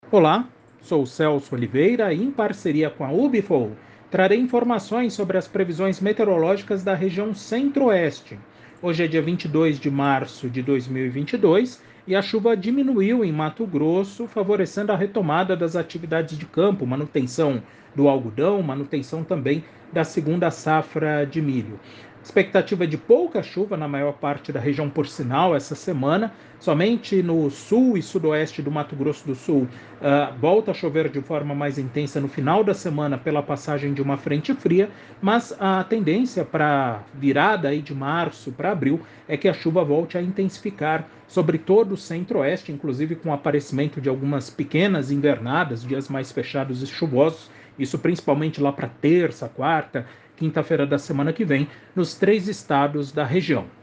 Olá, sou o Celso Oliveira e, em parceria com a Ubifol, trarei informações sobre as previsões meteorológicas da região Centro-Oeste. Hoje é dia 22 de março de 2022 e a chuva diminuiu em Mato Grosso, favorecendo a retomada das atividades de campo, manutenção do algodão, manutenção também da segunda safra de milho. Expectativa de pouca chuva na maior parte da região, por sinal, essa semana. Somente no sul e sudoeste do Mato Grosso do Sul volta a chover de forma mais intensa no final da semana pela passagem de uma frente fria, mas a tendência para virada aí de março para abril é que a chuva volte a intensificar sobre todo o centro-oeste, inclusive com o aparecimento de algumas pequenas invernadas, dias mais fechados e chuvosos, isso principalmente lá para terça, quarta, quinta-feira da semana que vem, nos três estados da região.